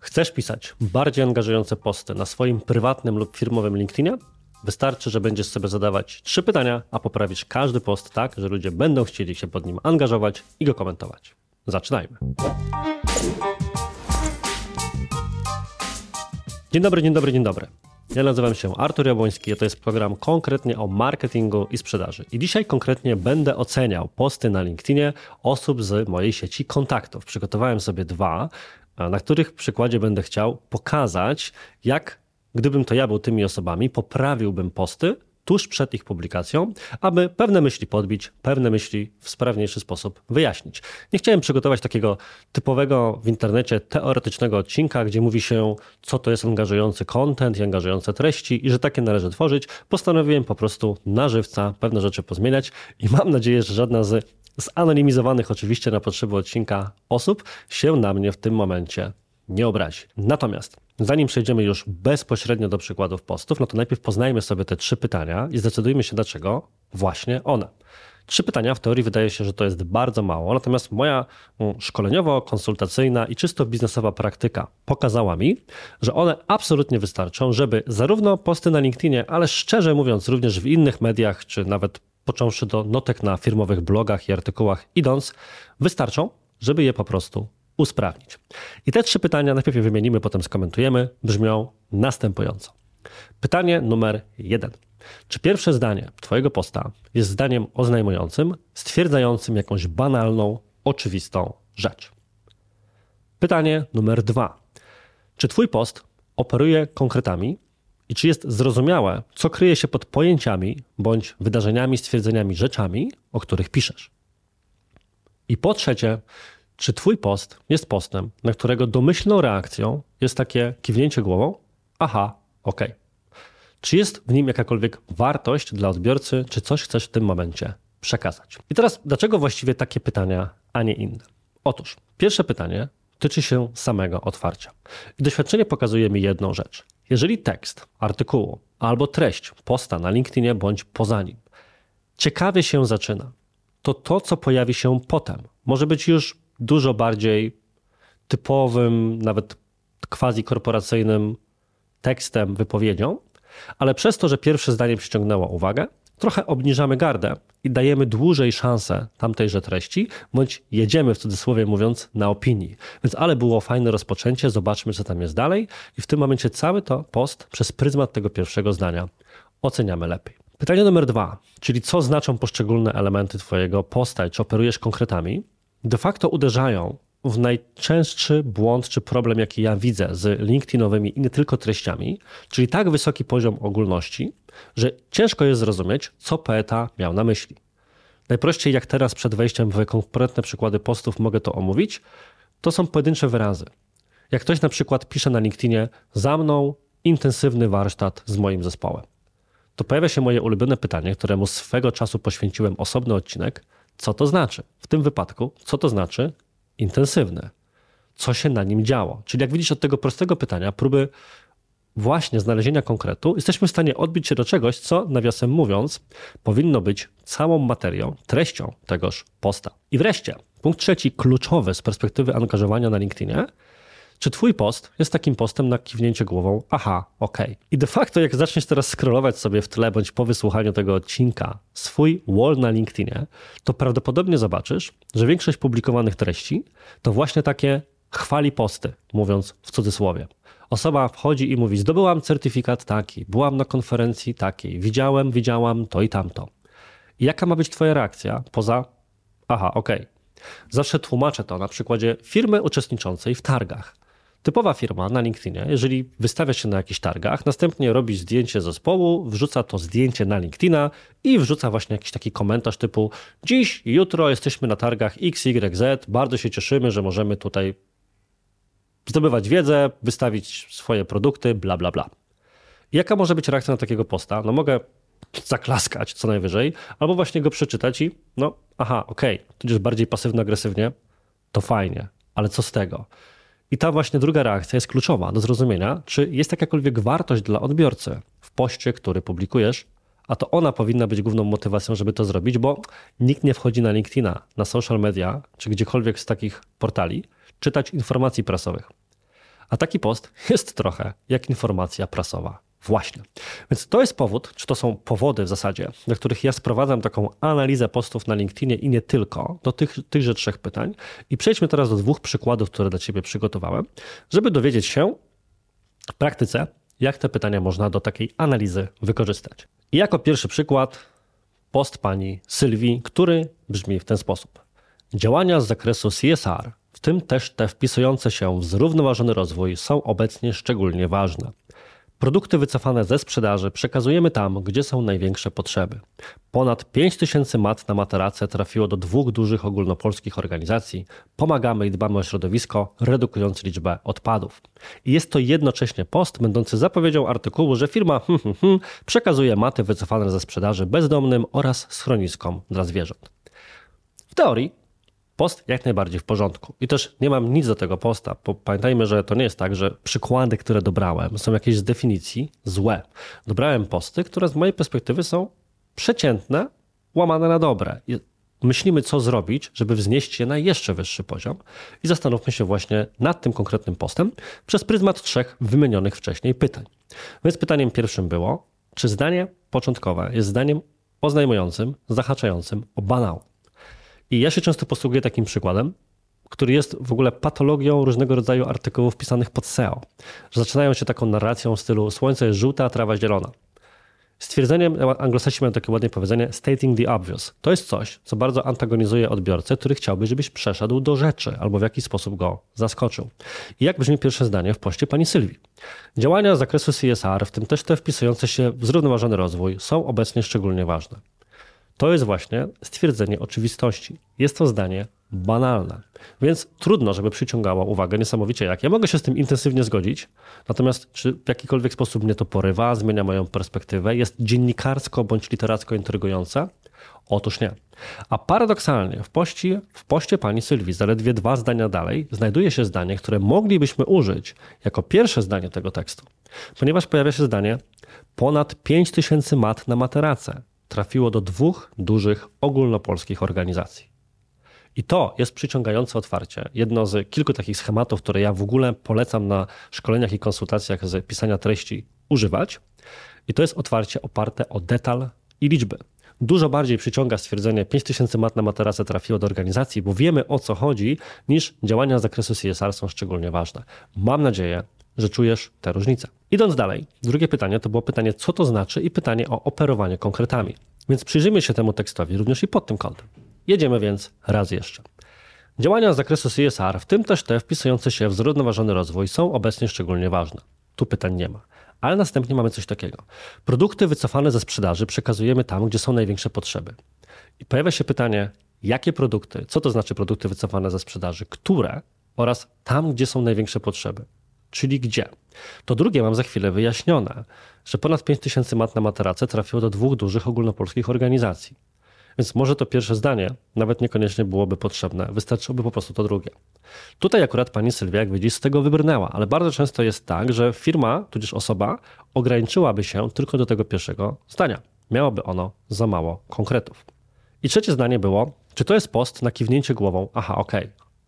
Chcesz pisać bardziej angażujące posty na swoim prywatnym lub firmowym LinkedInie? Wystarczy, że będziesz sobie zadawać 3 pytania, a poprawisz każdy post tak, że ludzie będą chcieli się pod nim angażować i go komentować. Zaczynajmy. Dzień dobry. Ja nazywam się Artur Jabłoński, a to jest program konkretnie o marketingu i sprzedaży. I dzisiaj konkretnie będę oceniał posty na LinkedInie osób z mojej sieci kontaktów. Przygotowałem sobie 2, na których przykładzie będę chciał pokazać, jak gdybym to ja był tymi osobami, poprawiłbym posty tuż przed ich publikacją, aby pewne myśli podbić, pewne myśli w sprawniejszy sposób wyjaśnić. Nie chciałem przygotować takiego typowego w internecie teoretycznego odcinka, gdzie mówi się, co to jest angażujący content i angażujące treści i że takie należy tworzyć. Postanowiłem po prostu na żywca pewne rzeczy pozmieniać i mam nadzieję, że żadna z zanonimizowanych oczywiście na potrzeby odcinka osób się na mnie w tym momencie nie obrazi. Natomiast zanim przejdziemy już bezpośrednio do przykładów postów, no to najpierw poznajmy sobie te 3 pytania i zdecydujmy się, dlaczego właśnie one. 3 pytania w teorii wydaje się, że to jest bardzo mało, natomiast moja szkoleniowo-konsultacyjna i czysto biznesowa praktyka pokazała mi, że one absolutnie wystarczą, żeby zarówno posty na LinkedInie, ale szczerze mówiąc również w innych mediach, czy nawet począwszy do notek na firmowych blogach i artykułach idąc, wystarczą, żeby je po prostu usprawnić. I te 3 pytania, najpierw je wymienimy, potem skomentujemy, brzmią następująco. Pytanie numer 1. Czy pierwsze zdanie twojego posta jest zdaniem oznajmującym, stwierdzającym jakąś banalną, oczywistą rzecz? Pytanie numer 2. Czy twój post operuje konkretami i czy jest zrozumiałe, co kryje się pod pojęciami bądź wydarzeniami, stwierdzeniami, rzeczami, o których piszesz? I po trzecie, czy twój post jest postem, na którego domyślną reakcją jest takie kiwnięcie głową? Aha, okej. Czy jest w nim jakakolwiek wartość dla odbiorcy, czy coś chcesz w tym momencie przekazać? I teraz, dlaczego właściwie takie pytania, a nie inne? Otóż, pierwsze pytanie tyczy się samego otwarcia. I doświadczenie pokazuje mi jedną rzecz. Jeżeli tekst artykułu albo treść posta na LinkedInie bądź poza nim ciekawie się zaczyna, to, co pojawi się potem, może być już dużo bardziej typowym, nawet quasi-korporacyjnym tekstem, wypowiedzią, ale przez to, że pierwsze zdanie przyciągnęło uwagę, trochę obniżamy gardę i dajemy dłużej szansę tamtejże treści, bądź jedziemy, w cudzysłowie mówiąc, na opinii. Więc ale było fajne rozpoczęcie, zobaczmy, co tam jest dalej i w tym momencie cały to post przez pryzmat tego pierwszego zdania oceniamy lepiej. Pytanie numer 2, czyli co znaczą poszczególne elementy twojego posta i czy operujesz konkretami, de facto uderzają w najczęstszy błąd czy problem, jaki ja widzę z LinkedInowymi i nie tylko treściami, czyli tak wysoki poziom ogólności, że ciężko jest zrozumieć, co poeta miał na myśli. Najprościej jak teraz przed wejściem w konkretne przykłady postów mogę to omówić, to są pojedyncze wyrazy. Jak ktoś na przykład pisze na LinkedInie za mną intensywny warsztat z moim zespołem, to pojawia się moje ulubione pytanie, któremu swego czasu poświęciłem osobny odcinek, co to znaczy? W tym wypadku, co to znaczy intensywny? Co się na nim działo? Czyli jak widzisz od tego prostego pytania, próby właśnie znalezienia konkretu, jesteśmy w stanie odbić się do czegoś, co nawiasem mówiąc powinno być całą materią, treścią tegoż posta. I wreszcie, punkt 3, kluczowy z perspektywy angażowania na LinkedInie. Czy twój post jest takim postem na kiwnięcie głową? Aha, okej. I de facto jak zaczniesz teraz scrollować sobie w tle bądź po wysłuchaniu tego odcinka swój wall na LinkedInie, to prawdopodobnie zobaczysz, że większość publikowanych treści to właśnie takie chwali posty, mówiąc w cudzysłowie. Osoba wchodzi i mówi, zdobyłam certyfikat taki, byłam na konferencji takiej, widziałam to i tamto. I jaka ma być twoja reakcja poza aha, okej. Zawsze tłumaczę to na przykładzie firmy uczestniczącej w targach. Typowa firma na LinkedInie, jeżeli wystawia się na jakichś targach, następnie robi zdjęcie zespołu, wrzuca to zdjęcie na LinkedIna i wrzuca właśnie jakiś taki komentarz typu dziś, jutro jesteśmy na targach XYZ, bardzo się cieszymy, że możemy tutaj zdobywać wiedzę, wystawić swoje produkty, bla, bla, bla. I jaka może być reakcja na takiego posta? No mogę zaklaskać co najwyżej, albo właśnie go przeczytać i no aha, okej, tudzież bardziej pasywno-agresywnie, to fajnie, ale co z tego? I ta właśnie druga reakcja jest kluczowa do zrozumienia, czy jest jakakolwiek wartość dla odbiorcy w poście, który publikujesz, a to ona powinna być główną motywacją, żeby to zrobić, bo nikt nie wchodzi na LinkedIna, na social media, czy gdziekolwiek z takich portali, czytać informacji prasowych. A taki post jest trochę jak informacja prasowa. Właśnie. Więc to jest powód, czy to są powody w zasadzie, dla których ja sprowadzam taką analizę postów na LinkedInie i nie tylko, do tychże 3 pytań. I przejdźmy teraz do 2 przykładów, które dla Ciebie przygotowałem, żeby dowiedzieć się w praktyce, jak te pytania można do takiej analizy wykorzystać. I jako pierwszy przykład post pani Sylwii, który brzmi w ten sposób. Działania z zakresu CSR, w tym też te wpisujące się w zrównoważony rozwój, są obecnie szczególnie ważne. Produkty wycofane ze sprzedaży przekazujemy tam, gdzie są największe potrzeby. Ponad 5000 mat na materace trafiło do 2 dużych ogólnopolskich organizacji. Pomagamy i dbamy o środowisko, redukując liczbę odpadów. I jest to jednocześnie post będący zapowiedzią artykułu, że firma przekazuje maty wycofane ze sprzedaży bezdomnym oraz schroniskom dla zwierząt. W teorii post jak najbardziej w porządku. I też nie mam nic do tego posta, bo pamiętajmy, że to nie jest tak, że przykłady, które dobrałem, są jakieś z definicji złe. Dobrałem posty, które z mojej perspektywy są przeciętne, łamane na dobre. I myślimy, co zrobić, żeby wznieść je na jeszcze wyższy poziom i zastanówmy się właśnie nad tym konkretnym postem przez pryzmat 3 wymienionych wcześniej pytań. Więc pytaniem pierwszym było, czy zdanie początkowe jest zdaniem oznajmującym, zahaczającym o banał. I ja się często posługuję takim przykładem, który jest w ogóle patologią różnego rodzaju artykułów pisanych pod SEO, że zaczynają się taką narracją w stylu słońce jest żółte, a trawa zielona. Stwierdzeniem, anglosasi mają takie ładne powiedzenie stating the obvious. To jest coś, co bardzo antagonizuje odbiorcę, który chciałby, żebyś przeszedł do rzeczy albo w jakiś sposób go zaskoczył. I jak brzmi pierwsze zdanie w poście pani Sylwii? Działania z zakresu CSR, w tym też te wpisujące się w zrównoważony rozwój, są obecnie szczególnie ważne. To jest właśnie stwierdzenie oczywistości. Jest to zdanie banalne, więc trudno, żeby przyciągało uwagę niesamowicie jak. Ja mogę się z tym intensywnie zgodzić, natomiast czy w jakikolwiek sposób mnie to porywa, zmienia moją perspektywę, jest dziennikarsko bądź literacko intrygujące? Otóż nie. A paradoksalnie w poście pani Sylwii, zaledwie 2 zdania dalej, znajduje się zdanie, które moglibyśmy użyć jako pierwsze zdanie tego tekstu, ponieważ pojawia się zdanie ponad 5000 mat na materace trafiło do 2 dużych ogólnopolskich organizacji. I to jest przyciągające otwarcie. Jedno z kilku takich schematów, które ja w ogóle polecam na szkoleniach i konsultacjach z pisania treści używać. I to jest otwarcie oparte o detal i liczby. Dużo bardziej przyciąga stwierdzenie 5000 mat na materace trafiło do organizacji, bo wiemy o co chodzi, niż działania z zakresu CSR są szczególnie ważne. Mam nadzieję, że czujesz te różnice. Idąc dalej, drugie pytanie to było pytanie, co to znaczy i pytanie o operowanie konkretami. Więc przyjrzyjmy się temu tekstowi również i pod tym kątem. Jedziemy więc raz jeszcze. Działania z zakresu CSR, w tym też te wpisujące się w zrównoważony rozwój, są obecnie szczególnie ważne. Tu pytań nie ma. Ale następnie mamy coś takiego. Produkty wycofane ze sprzedaży przekazujemy tam, gdzie są największe potrzeby. I pojawia się pytanie, jakie produkty, co to znaczy produkty wycofane ze sprzedaży, które oraz tam, gdzie są największe potrzeby. Czyli gdzie? To drugie mam za chwilę wyjaśnione, że ponad 5000 mat na materace trafiło do 2 dużych ogólnopolskich organizacji. Więc może to pierwsze zdanie nawet niekoniecznie byłoby potrzebne, wystarczyłoby po prostu to drugie. Tutaj akurat pani Sylwia, jak widzisz, z tego wybrnęła, ale bardzo często jest tak, że firma, tudzież osoba ograniczyłaby się tylko do tego pierwszego zdania. Miałoby ono za mało konkretów. I trzecie zdanie było, czy to jest post na kiwnięcie głową, aha, okej.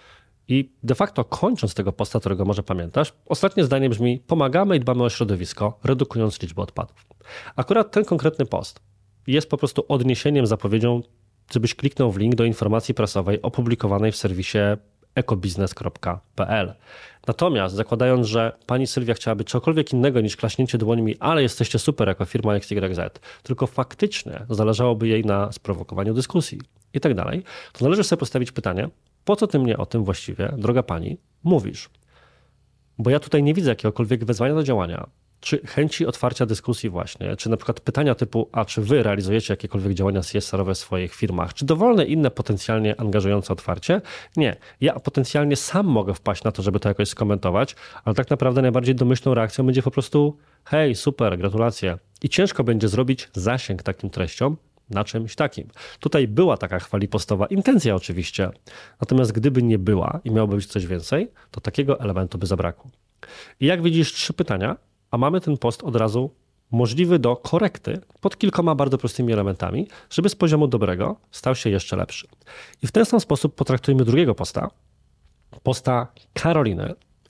I de facto kończąc tego posta, którego może pamiętasz, ostatnie zdanie brzmi, pomagamy i dbamy o środowisko, redukując liczbę odpadów. Akurat ten konkretny post jest po prostu odniesieniem, zapowiedzią, żebyś kliknął w link do informacji prasowej opublikowanej w serwisie ecobiznes.pl. Natomiast zakładając, że pani Sylwia chciałaby czegokolwiek innego niż klaśnięcie dłoniami, ale jesteście super jako firma XYZ, tylko faktycznie zależałoby jej na sprowokowaniu dyskusji i tak dalej, to należy sobie postawić pytanie, po co ty mnie o tym właściwie, droga pani, mówisz? Bo ja tutaj nie widzę jakiegokolwiek wezwania do działania, czy chęci otwarcia dyskusji właśnie, czy na przykład pytania typu, a czy wy realizujecie jakiekolwiek działania CSR-owe w swoich firmach, czy dowolne inne potencjalnie angażujące otwarcie? Nie. Ja potencjalnie sam mogę wpaść na to, żeby to jakoś skomentować, ale tak naprawdę najbardziej domyślną reakcją będzie po prostu hej, super, gratulacje. I ciężko będzie zrobić zasięg takim treściom na czymś takim. Tutaj była taka chwalipostowa intencja oczywiście, natomiast gdyby nie była i miałoby być coś więcej, to takiego elementu by zabrakło. I jak widzisz, 3 pytania, a mamy ten post od razu możliwy do korekty pod kilkoma bardzo prostymi elementami, żeby z poziomu dobrego stał się jeszcze lepszy. I w ten sam sposób potraktujmy drugiego posta Karoliny,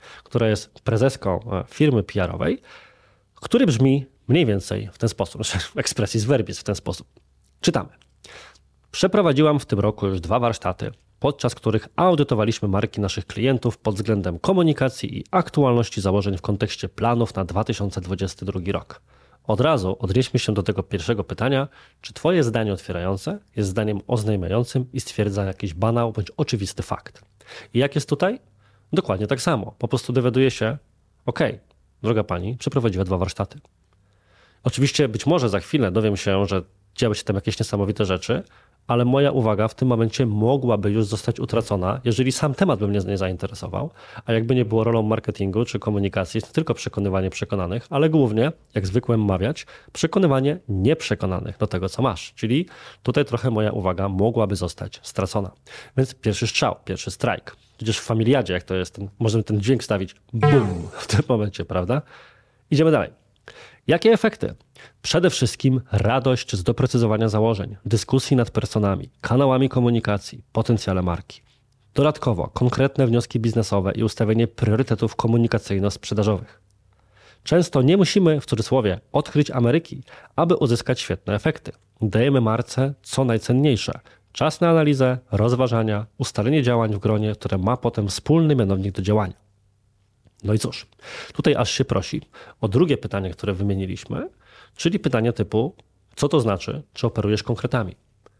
która jest prezeską firmy PR-owej, który brzmi mniej więcej w ten sposób, expressis verbis w ten sposób. Czytamy. Przeprowadziłam w tym roku już 2 warsztaty, podczas których audytowaliśmy marki naszych klientów pod względem komunikacji i aktualności założeń w kontekście planów na 2022 rok. Od razu odnieśmy się do tego pierwszego pytania, czy twoje zdanie otwierające jest zdaniem oznajmiającym i stwierdza jakiś banał bądź oczywisty fakt. I jak jest tutaj? Dokładnie tak samo. Po prostu dowiaduje się, droga pani, przeprowadziła 2 warsztaty. Oczywiście być może za chwilę dowiem się, że działy się tam jakieś niesamowite rzeczy, ale moja uwaga w tym momencie mogłaby już zostać utracona, jeżeli sam temat by mnie nie zainteresował, a jakby nie było rolą marketingu czy komunikacji, jest nie tylko przekonywanie przekonanych, ale głównie, jak zwykłem mawiać, przekonywanie nieprzekonanych do tego, co masz. Czyli tutaj trochę moja uwaga mogłaby zostać stracona. Więc pierwszy strzał, pierwszy strajk. Przecież w Familiadzie, jak to jest, możemy ten dźwięk stawić BUM w tym momencie, prawda? Idziemy dalej. Jakie efekty? Przede wszystkim radość z doprecyzowania założeń, dyskusji nad personami, kanałami komunikacji, potencjale marki. Dodatkowo konkretne wnioski biznesowe i ustawienie priorytetów komunikacyjno-sprzedażowych. Często nie musimy, w cudzysłowie, odkryć Ameryki, aby uzyskać świetne efekty. Dajemy marce co najcenniejsze. Czas na analizę, rozważania, ustalenie działań w gronie, które ma potem wspólny mianownik do działania. No i cóż, tutaj aż się prosi o drugie pytanie, które wymieniliśmy, czyli pytanie typu, co to znaczy, czy operujesz konkretami?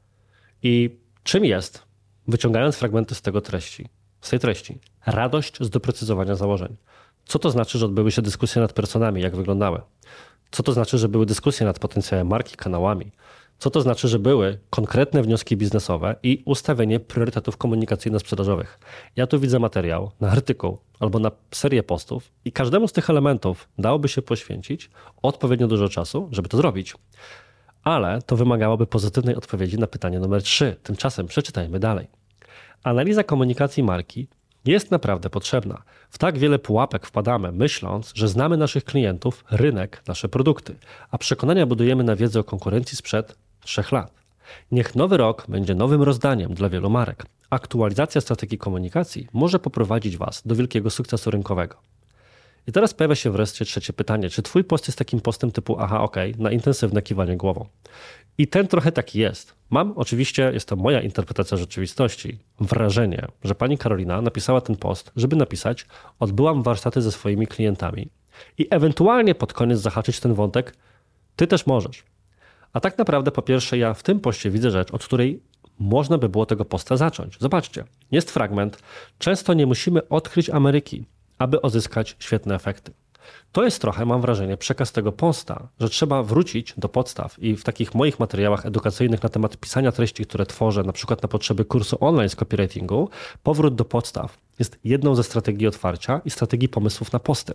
I czym jest, wyciągając fragmenty z tej treści, radość z doprecyzowania założeń? Co to znaczy, że odbyły się dyskusje nad personami, jak wyglądały? Co to znaczy, że były dyskusje nad potencjałem marki, kanałami? Co to znaczy, że były konkretne wnioski biznesowe i ustawienie priorytetów komunikacyjno-sprzedażowych? Ja tu widzę materiał na artykuł albo na serię postów i każdemu z tych elementów dałoby się poświęcić odpowiednio dużo czasu, żeby to zrobić. Ale to wymagałoby pozytywnej odpowiedzi na pytanie numer 3. Tymczasem przeczytajmy dalej. Analiza komunikacji marki jest naprawdę potrzebna. W tak wiele pułapek wpadamy, myśląc, że znamy naszych klientów, rynek, nasze produkty, a przekonania budujemy na wiedzy o konkurencji sprzed 3 lat. Niech nowy rok będzie nowym rozdaniem dla wielu marek. Aktualizacja strategii komunikacji może poprowadzić Was do wielkiego sukcesu rynkowego. I teraz pojawia się wreszcie trzecie pytanie. Czy Twój post jest takim postem typu na intensywne kiwanie głową? I ten trochę taki jest. Mam oczywiście, jest to moja interpretacja rzeczywistości, wrażenie, że pani Karolina napisała ten post, żeby napisać: odbyłam warsztaty ze swoimi klientami i ewentualnie pod koniec zahaczyć ten wątek: ty też możesz. A tak naprawdę po pierwsze ja w tym poście widzę rzecz, od której można by było tego posta zacząć. Zobaczcie, jest fragment: często nie musimy odkryć Ameryki, aby uzyskać świetne efekty. To jest trochę, mam wrażenie, przekaz tego posta, że trzeba wrócić do podstaw i w takich moich materiałach edukacyjnych na temat pisania treści, które tworzę, na przykład na potrzeby kursu online z copywritingu, powrót do podstaw jest jedną ze strategii otwarcia i strategii pomysłów na posty.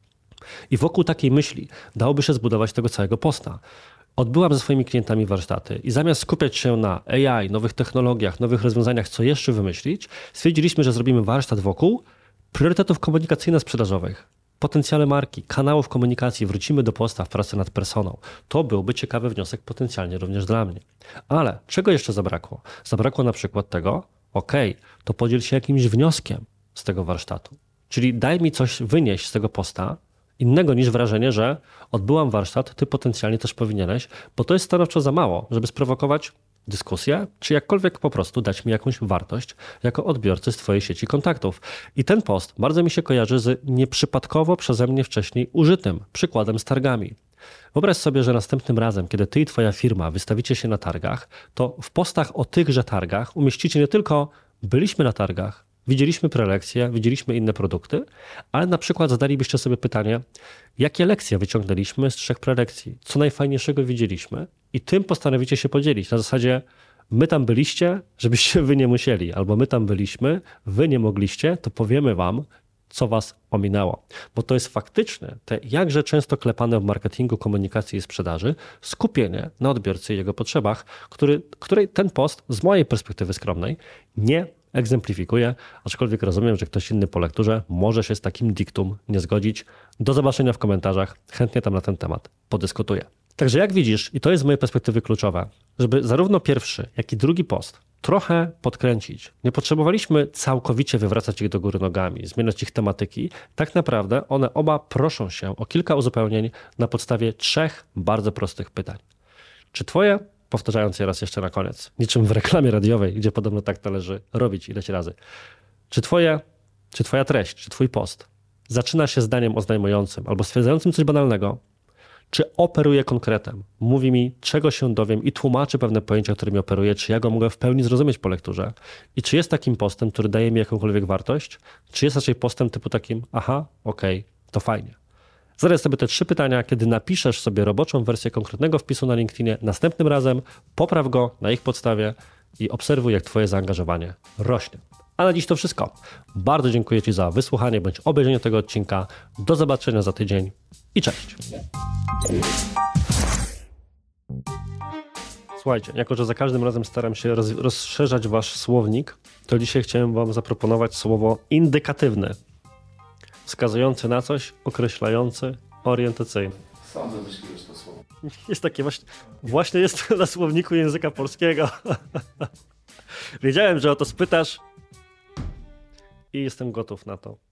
I wokół takiej myśli dałoby się zbudować tego całego posta. Odbyłam ze swoimi klientami warsztaty i zamiast skupiać się na AI, nowych technologiach, nowych rozwiązaniach, co jeszcze wymyślić, stwierdziliśmy, że zrobimy warsztat wokół priorytetów komunikacyjno-sprzedażowych, potencjale marki, kanałów komunikacji, wrócimy do postaw, pracy nad personą. To byłby ciekawy wniosek potencjalnie również dla mnie. Ale czego jeszcze zabrakło? Zabrakło na przykład tego, to podziel się jakimś wnioskiem z tego warsztatu. Czyli daj mi coś wynieść z tego posta innego niż wrażenie, że odbyłam warsztat, ty potencjalnie też powinieneś, bo to jest stanowczo za mało, żeby sprowokować dyskusję, czy jakkolwiek po prostu dać mi jakąś wartość jako odbiorcy z twojej sieci kontaktów. I ten post bardzo mi się kojarzy z nieprzypadkowo przeze mnie wcześniej użytym przykładem z targami. Wyobraź sobie, że następnym razem, kiedy ty i twoja firma wystawicie się na targach, to w postach o tychże targach umieścicie nie tylko byliśmy na targach, widzieliśmy prelekcje, widzieliśmy inne produkty, ale na przykład zadalibyście sobie pytanie, jakie lekcje wyciągnęliśmy z 3 prelekcji, co najfajniejszego widzieliśmy i tym postanowicie się podzielić. Na zasadzie my tam byliście, żebyście wy nie musieli, albo my tam byliśmy, wy nie mogliście, to powiemy wam, co was ominęło. Bo to jest faktycznie te jakże często klepane w marketingu, komunikacji i sprzedaży skupienie na odbiorcy i jego potrzebach, której ten post z mojej perspektywy skromnej nie egzemplifikuje, aczkolwiek rozumiem, że ktoś inny po lekturze może się z takim diktum nie zgodzić. Do zobaczenia w komentarzach, chętnie tam na ten temat podyskutuję. Także jak widzisz, i to jest z mojej perspektywy kluczowe, żeby zarówno pierwszy, jak i drugi post trochę podkręcić. Nie potrzebowaliśmy całkowicie wywracać ich do góry nogami, zmieniać ich tematyki. Tak naprawdę one oba proszą się o kilka uzupełnień na podstawie 3 bardzo prostych pytań. Czy twoje, powtarzając je raz jeszcze na koniec, niczym w reklamie radiowej, gdzie podobno tak należy robić ileś razy, czy twoja treść, czy twój post zaczyna się zdaniem oznajmującym albo stwierdzającym coś banalnego, czy operuje konkretem, mówi mi, czego się dowiem i tłumaczy pewne pojęcia, którymi operuje, czy ja go mogę w pełni zrozumieć po lekturze i czy jest takim postem, który daje mi jakąkolwiek wartość, czy jest raczej postem typu takim, aha, okej, to fajnie. Zadaj sobie te 3 pytania, kiedy napiszesz sobie roboczą wersję konkretnego wpisu na LinkedInie, następnym razem popraw go na ich podstawie i obserwuj, jak twoje zaangażowanie rośnie. A na dziś to wszystko. Bardzo dziękuję ci za wysłuchanie bądź obejrzenie tego odcinka. Do zobaczenia za tydzień i cześć. Słuchajcie, jako że za każdym razem staram się rozszerzać wasz słownik, to dzisiaj chciałem wam zaproponować słowo indykatywne, wskazujące na coś, określające, orientacyjne. Sam wymyśliłeś to słowo. Jest takie właśnie jest na słowniku języka polskiego. Wiedziałem, że o to spytasz i jestem gotów na to.